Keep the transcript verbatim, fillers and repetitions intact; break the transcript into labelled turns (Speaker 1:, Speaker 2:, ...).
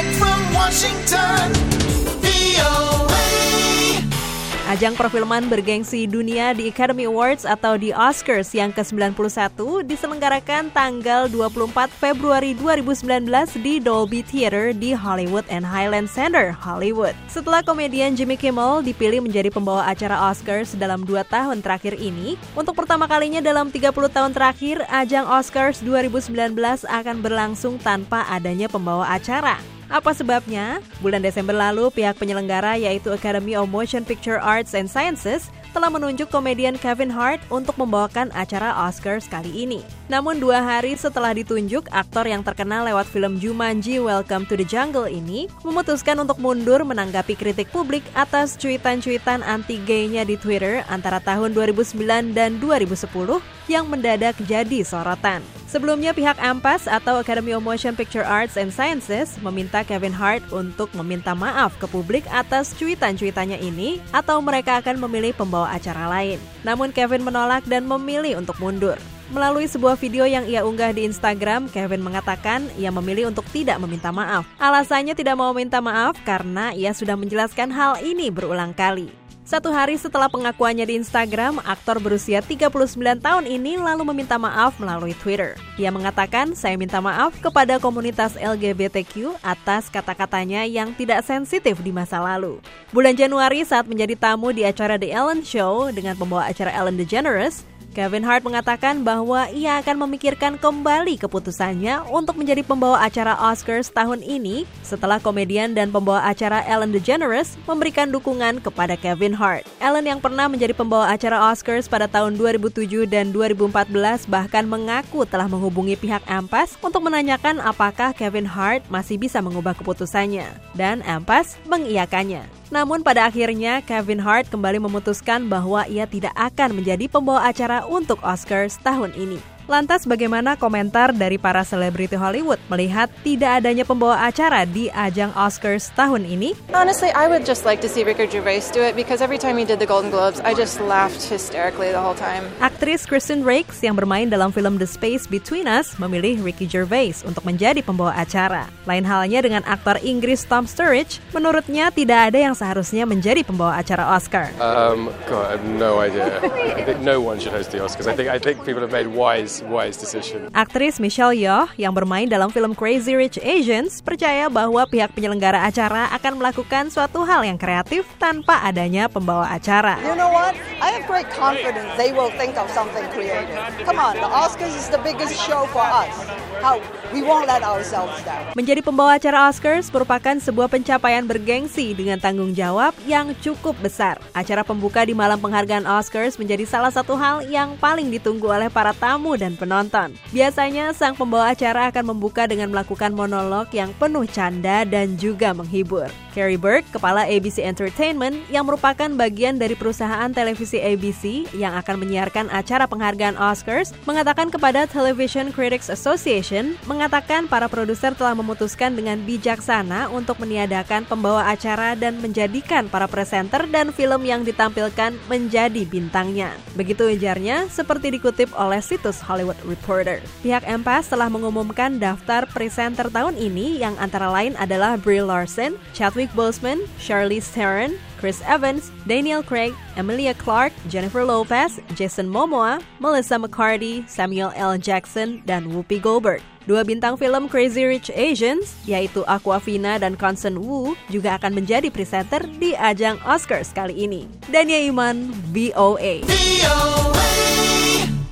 Speaker 1: Direct from Washington, V O A.
Speaker 2: Ajang perfilman bergengsi dunia di Academy Awards atau di Oscars yang ke sembilan puluh satu diselenggarakan tanggal dua puluh empat Februari dua ribu sembilan belas di Dolby Theater di Hollywood and Highland Center, Hollywood. Setelah komedian Jimmy Kimmel dipilih menjadi pembawa acara Oscars dalam dua tahun terakhir ini, untuk pertama kalinya dalam tiga puluh tahun terakhir, ajang Oscars dua ribu sembilan belas akan berlangsung tanpa adanya pembawa acara. Apa sebabnya? Bulan Desember lalu, pihak penyelenggara yaitu Academy of Motion Picture Arts and Sciences telah menunjuk komedian Kevin Hart untuk membawakan acara Oscars kali ini. Namun dua hari setelah ditunjuk, aktor yang terkenal lewat film Jumanji Welcome to the Jungle ini memutuskan untuk mundur menanggapi kritik publik atas cuitan-cuitan anti-gay-nya di Twitter antara tahun dua ribu sembilan dan dua ribu sepuluh yang mendadak jadi sorotan. Sebelumnya pihak AMPAS atau Academy of Motion Picture Arts and Sciences meminta Kevin Hart untuk meminta maaf ke publik atas cuitan-cuitannya ini atau mereka akan memilih pembawa acara lain. Namun Kevin menolak dan memilih untuk mundur. Melalui sebuah video yang ia unggah di Instagram, Kevin mengatakan ia memilih untuk tidak meminta maaf. Alasannya tidak mau minta maaf karena ia sudah menjelaskan hal ini berulang kali. Satu hari setelah pengakuannya di Instagram, aktor berusia tiga puluh sembilan tahun ini lalu meminta maaf melalui Twitter. Ia mengatakan, "Saya minta maaf kepada komunitas L G B T Q atas kata-katanya yang tidak sensitif di masa lalu." Bulan Januari saat menjadi tamu di acara The Ellen Show dengan pembawa acara Ellen DeGeneres, Kevin Hart mengatakan bahwa ia akan memikirkan kembali keputusannya untuk menjadi pembawa acara Oscars tahun ini setelah komedian dan pembawa acara Ellen DeGeneres memberikan dukungan kepada Kevin Hart. Ellen yang pernah menjadi pembawa acara Oscars pada tahun dua ribu tujuh dan dua ribu empat belas bahkan mengaku telah menghubungi pihak AMPAS untuk menanyakan apakah Kevin Hart masih bisa mengubah keputusannya. Dan AMPAS mengiyakannya. Namun pada akhirnya Kevin Hart kembali memutuskan bahwa ia tidak akan menjadi pembawa acara untuk Oscars tahun ini. Lantas bagaimana komentar dari para selebriti Hollywood melihat tidak adanya pembawa acara di ajang Oscars tahun ini?
Speaker 3: Honestly, I would just like to see Ricky Gervais do it because every time he did the Golden Globes, I just laughed hysterically the whole time.
Speaker 2: Aktris Kristen Rakes yang bermain dalam film The Space Between Us memilih Ricky Gervais untuk menjadi pembawa acara. Lain halnya dengan aktor Inggris Tom Sturridge, menurutnya tidak ada yang seharusnya menjadi pembawa acara Oscar.
Speaker 4: Um, God, I have no idea. I think no one should host the Oscars. I think I think people have made wise wise decision.
Speaker 2: Aktris Michelle Yeoh yang bermain dalam film Crazy Rich Asians percaya bahwa pihak penyelenggara acara akan melakukan suatu hal yang kreatif tanpa adanya pembawa acara.
Speaker 5: You know what? I have great confidence they will think of something creative. Come on, the Oscars is the biggest show for us. How we won't let ourselves down.
Speaker 2: Menjadi pembawa acara Oscars merupakan sebuah pencapaian bergengsi dengan tanggung jawab yang cukup besar. Acara pembuka di malam penghargaan Oscars menjadi salah satu hal yang paling ditunggu oleh para tamu dan penonton. Biasanya sang pembawa acara akan membuka dengan melakukan monolog yang penuh canda dan juga menghibur. Carrie Burke, kepala A B C Entertainment yang merupakan bagian dari perusahaan televisi A B C yang akan menyiarkan acara penghargaan Oscars, mengatakan kepada Television Critics Association, mengatakan para produser telah memutuskan dengan bijaksana untuk meniadakan pembawa acara dan menjadikan para presenter dan film yang ditampilkan menjadi bintangnya. Begitu ujarnya, seperti dikutip oleh situs Hollywood Reporter. Pihak AMPAS telah mengumumkan daftar presenter tahun ini yang antara lain adalah Brie Larson, Chadwick Boseman, Charlize Theron, Chris Evans, Daniel Craig, Emilia Clarke, Jennifer Lopez, Jason Momoa, Melissa McCarthy, Samuel L. Jackson, dan Whoopi Goldberg. Dua bintang film Crazy Rich Asians, yaitu Awkwafina dan Constant Wu, juga akan menjadi presenter di ajang Oscars kali ini. Dania Iman, V O A.
Speaker 1: V O A.